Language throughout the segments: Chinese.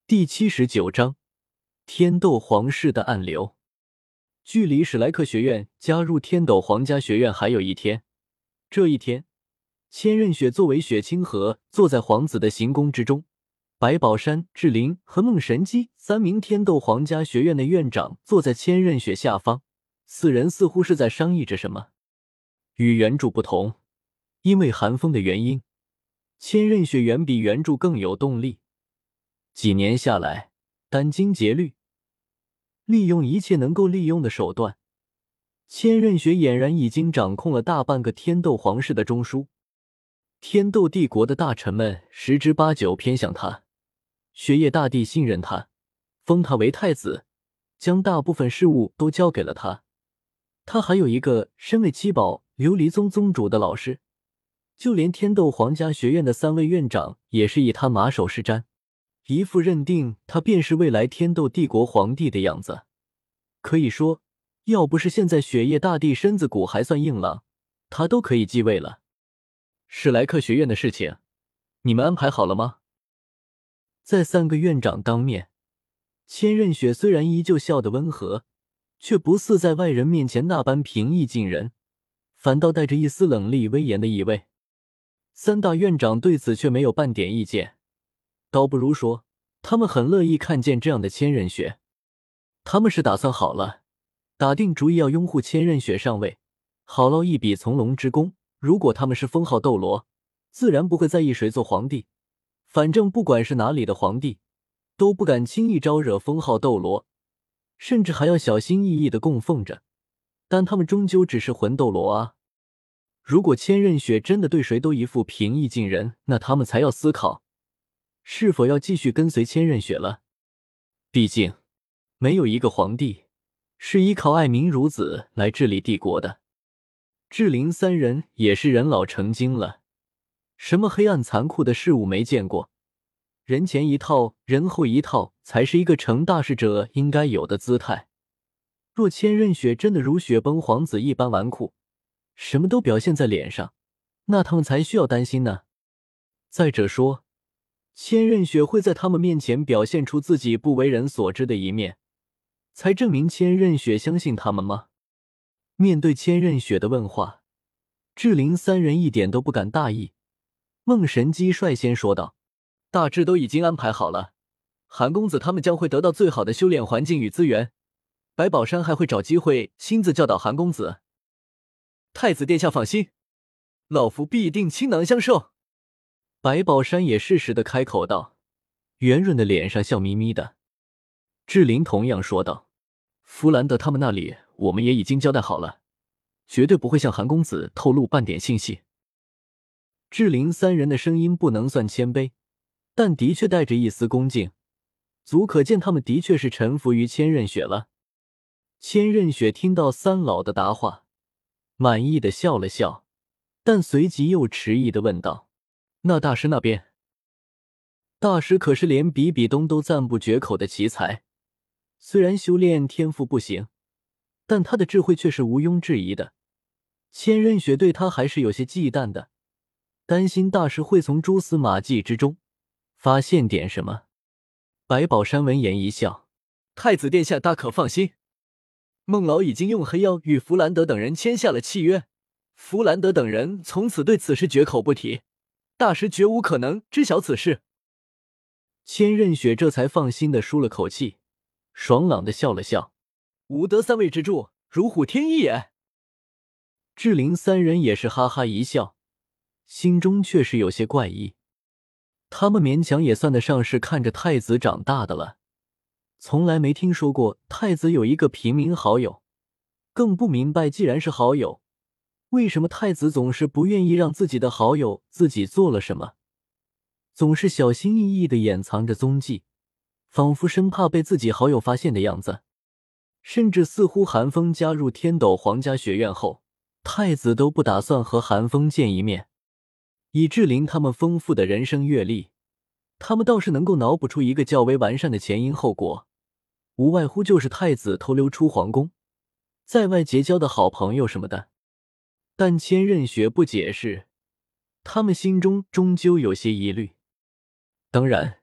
第79章天斗皇室的暗流。距离史莱克学院加入天斗皇家学院还有一天，这一天，千仞雪作为雪清河坐在皇子的行宫之中，白宝山、志玲和孟神基三名天斗皇家学院的院长坐在千仞雪下方，四人似乎是在商议着什么。与原著不同，因为寒风的原因，千仞雪远比原著更有动力。几年下来，殚精竭虑，利用一切能够利用的手段，千仞雪俨然已经掌控了大半个天斗皇室的中枢。天斗帝国的大臣们十之八九偏向他，雪夜大帝信任他，封他为太子，将大部分事务都交给了他。他还有一个身为七宝琉璃宗宗主的老师，就连天斗皇家学院的三位院长也是以他马首是瞻，一副认定他便是未来天斗帝国皇帝的样子。可以说，要不是现在雪夜大帝身子骨还算硬朗，他都可以继位了。史莱克学院的事情，你们安排好了吗？在三个院长当面，千仞雪虽然依旧笑得温和，却不似在外人面前那般平易近人，反倒带着一丝冷厉威严的意味。三大院长对此却没有半点意见，倒不如说他们很乐意看见这样的千仞雪。他们是打算好了，打定主意要拥护千仞雪上位，好捞一笔从龙之功。如果他们是封号斗罗，自然不会在意谁做皇帝，反正不管是哪里的皇帝，都不敢轻易招惹封号斗罗，甚至还要小心翼翼地供奉着。但他们终究只是魂斗罗啊！如果千仞雪真的对谁都一副平易近人，那他们才要思考是否要继续跟随千仞雪了。毕竟没有一个皇帝是依靠爱民如子来治理帝国的。志玲三人也是人老成精了，什么黑暗残酷的事物没见过，人前一套人后一套才是一个成大事者应该有的姿态。若千仞雪真的如雪崩皇子一般纨绔，什么都表现在脸上，那他们才需要担心呢。再者说，千仞雪会在他们面前表现出自己不为人所知的一面，才证明千仞雪相信他们吗？面对千仞雪的问话，志玲三人一点都不敢大意。孟神基率先说道：“大致都已经安排好了，韩公子他们将会得到最好的修炼环境与资源，白宝山还会找机会亲自教导韩公子。太子殿下放心，老夫必定倾囊相授。”白宝山也适时的开口道，圆润的脸上笑眯眯的。志玲同样说道：“弗兰德他们那里我们也已经交代好了，绝对不会向韩公子透露半点信息。”志玲三人的声音不能算谦卑，但的确带着一丝恭敬，足可见他们的确是臣服于千仞雪了。千仞雪听到三老的答话，满意的笑了笑，但随即又迟疑的问道：“那大师那边？”大师可是连比比东都赞不绝口的奇才，虽然修炼天赋不行，但他的智慧却是毋庸置疑的。千仞雪对他还是有些忌惮的，担心大师会从蛛丝马迹之中发现点什么。白宝山闻言一笑：“太子殿下大可放心，孟老已经用黑曜与弗兰德等人签下了契约，弗兰德等人从此对此事绝口不提，大师绝无可能知晓此事。”千仞雪这才放心的舒了口气，爽朗的笑了笑：“吾得三位之助，如虎添翼也。”志玲三人也是哈哈一笑，心中却是有些怪异。他们勉强也算得上是看着太子长大的了，从来没听说过太子有一个平民好友，更不明白既然是好友，为什么太子总是不愿意让自己的好友自己做了什么，总是小心翼翼地掩藏着踪迹，仿佛生怕被自己好友发现的样子。甚至似乎韩风加入天斗皇家学院后，太子都不打算和韩风见一面。以志玲他们丰富的人生阅历，他们倒是能够脑补出一个较为完善的前因后果，无外乎就是太子偷溜出皇宫，在外结交的好朋友什么的。但千仞雪不解释，他们心中终究有些疑虑。当然，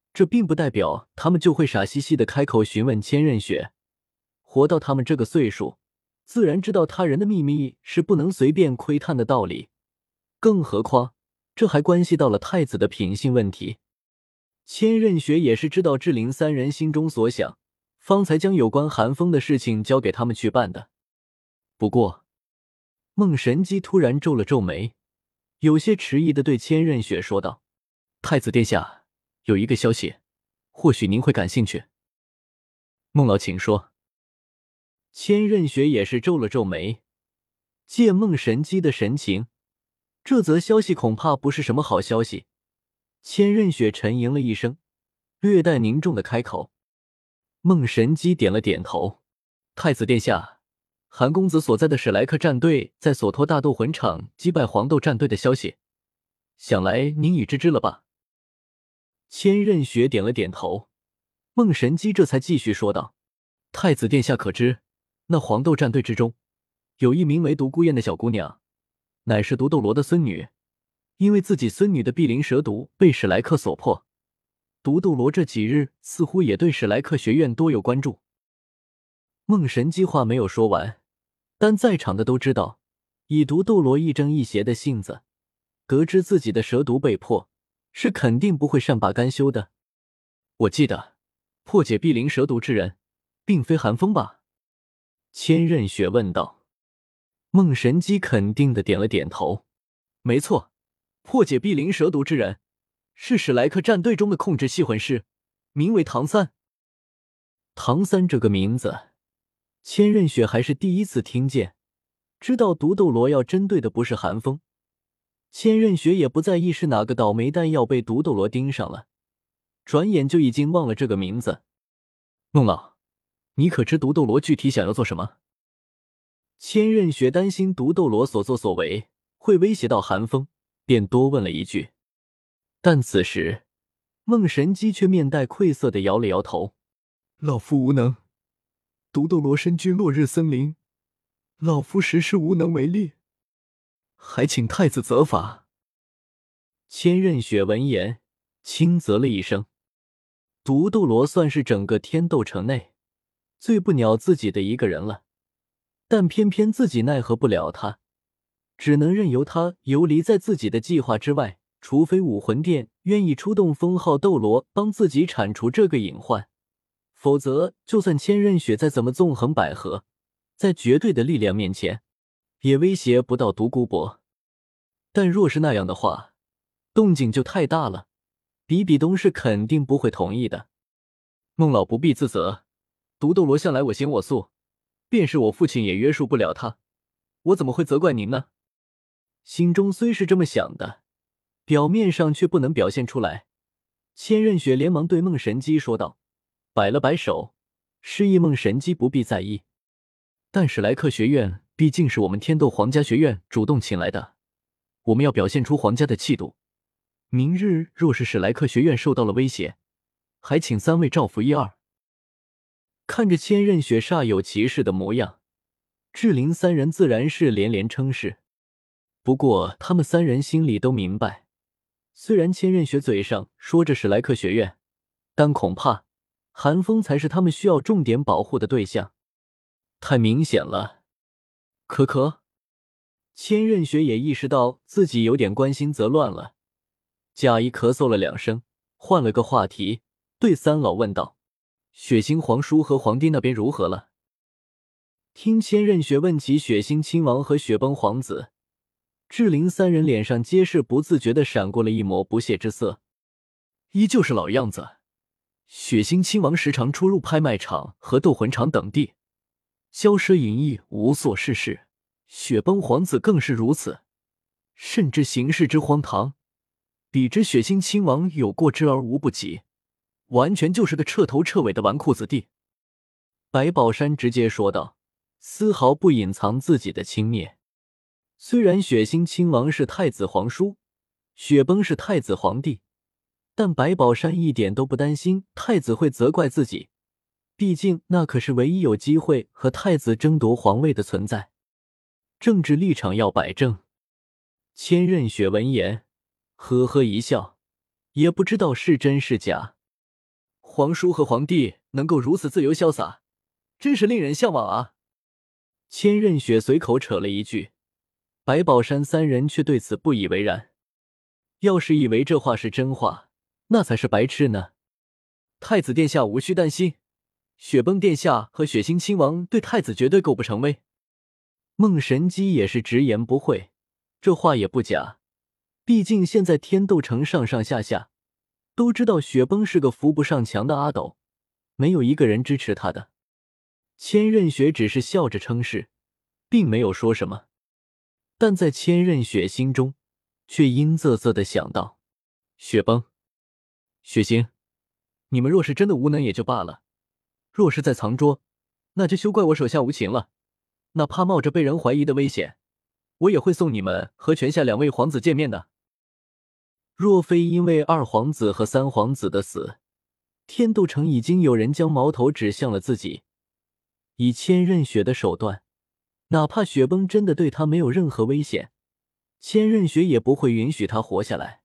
这并不代表他们就会傻兮兮的开口询问千仞雪。活到他们这个岁数，自然知道他人的秘密是不能随便窥探的道理，更何况这还关系到了太子的品性问题。千仞雪也是知道志灵三人心中所想，方才将有关寒风的事情交给他们去办的。不过孟神机突然皱了皱眉，有些迟疑地对千仞雪说道：太子殿下，有一个消息，或许您会感兴趣。孟老请说。千仞雪也是皱了皱眉，借孟神机的神情，这则消息恐怕不是什么好消息。千仞雪沉吟了一声，略带凝重的开口。孟神机点了点头。太子殿下，韩公子所在的史莱克战队在索托大斗魂场击败黄豆战队的消息，想来您已知了吧？千仞雪点了点头。孟神机这才继续说道：太子殿下可知，那黄豆战队之中有一名为独孤雁的小姑娘，乃是独斗罗的孙女，因为自己孙女的碧鳞蛇毒被史莱克所破，独斗罗这几日似乎也对史莱克学院多有关注。孟神机话没有说完，但在场的都知道，以独斗罗亦正亦邪的性子，得知自己的蛇毒被破，是肯定不会善罢甘休的。我记得破解碧鳞蛇毒之人并非寒风吧？千仞雪问道。孟神机肯定的点了点头。没错，破解碧鳞蛇毒之人是史莱克战队中的控制系魂师，名为唐三。唐三这个名字，千仞雪还是第一次听见。知道独斗罗要针对的不是寒风，千仞雪也不在意是哪个倒霉蛋要被独斗罗盯上了，转眼就已经忘了这个名字。孟老，你可知独斗罗具体想要做什么？千仞雪担心独斗罗所作所为会威胁到寒风，便多问了一句。但此时孟神机却面带愧色地摇了摇头。老夫无能，独斗罗身居落日森林，老夫实是无能为力，还请太子责罚。千仞雪闻言轻啧了一声。独斗罗算是整个天斗城内最不鸟自己的一个人了，但偏偏自己奈何不了他，只能任由他游离在自己的计划之外，除非武魂殿愿意出动封号斗罗帮自己铲除这个隐患，否则就算千仞雪再怎么纵横捭阖，在绝对的力量面前也威胁不到独孤博。但若是那样的话，动静就太大了，比比东是肯定不会同意的。孟老不必自责，独斗罗向来我行我素，便是我父亲也约束不了他，我怎么会责怪您呢？心中虽是这么想的，表面上却不能表现出来。千仞雪连忙对孟神机说道，摆了摆手，示意孟神机不必在意。但史莱克学院毕竟是我们天斗皇家学院主动请来的，我们要表现出皇家的气度。明日若是史莱克学院受到了威胁，还请三位照拂一二。看着千仞雪煞有其事的模样，志灵三人自然是连连称是。不过他们三人心里都明白，虽然千仞雪嘴上说着史莱克学院，但恐怕寒风才是他们需要重点保护的对象。太明显了。可可，千仞雪也意识到自己有点关心则乱了，假意咳嗽了两声，换了个话题，对三老问道：血腥皇叔和皇帝那边如何了？听千仞雪问起血腥亲王和雪崩皇子，志灵三人脸上皆是不自觉地闪过了一抹不屑之色。依旧是老样子，血腥亲王时常出入拍卖场和斗魂场等地，骄奢淫逸，无所事事。雪崩皇子更是如此，甚至行事之荒唐，比之血腥亲王有过之而无不及，完全就是个彻头彻尾的纨绔子弟。白宝山直接说道，丝毫不隐藏自己的轻蔑。虽然血腥亲王是太子皇叔，雪崩是太子皇帝，但白宝山一点都不担心太子会责怪自己，毕竟那可是唯一有机会和太子争夺皇位的存在，政治立场要摆正。千仞雪闻言呵呵一笑，也不知道是真是假。 皇叔和皇帝能够如此自由潇洒，真是令人向往啊。千仞雪随口扯了一句，白宝山三人却对此不以为然。要是以为这话是真话，那才是白痴呢。太子殿下无需担心，雪崩殿下和雪星亲王对太子绝对构不成威。孟神基也是直言不讳，这话也不假，毕竟现在天斗城上上下下都知道雪崩是个扶不上墙的阿斗，没有一个人支持他的。千仞雪只是笑着称是，并没有说什么，但在千仞雪心中却阴恻恻地想到，雪崩、雪星，你们若是真的无能也就罢了，若是在藏拙，那就休怪我手下无情了。哪怕冒着被人怀疑的危险，我也会送你们和泉下两位皇子见面的。若非因为二皇子和三皇子的死，天斗城已经有人将矛头指向了自己。以千仞雪的手段，哪怕雪崩真的对他没有任何危险，千仞雪也不会允许他活下来。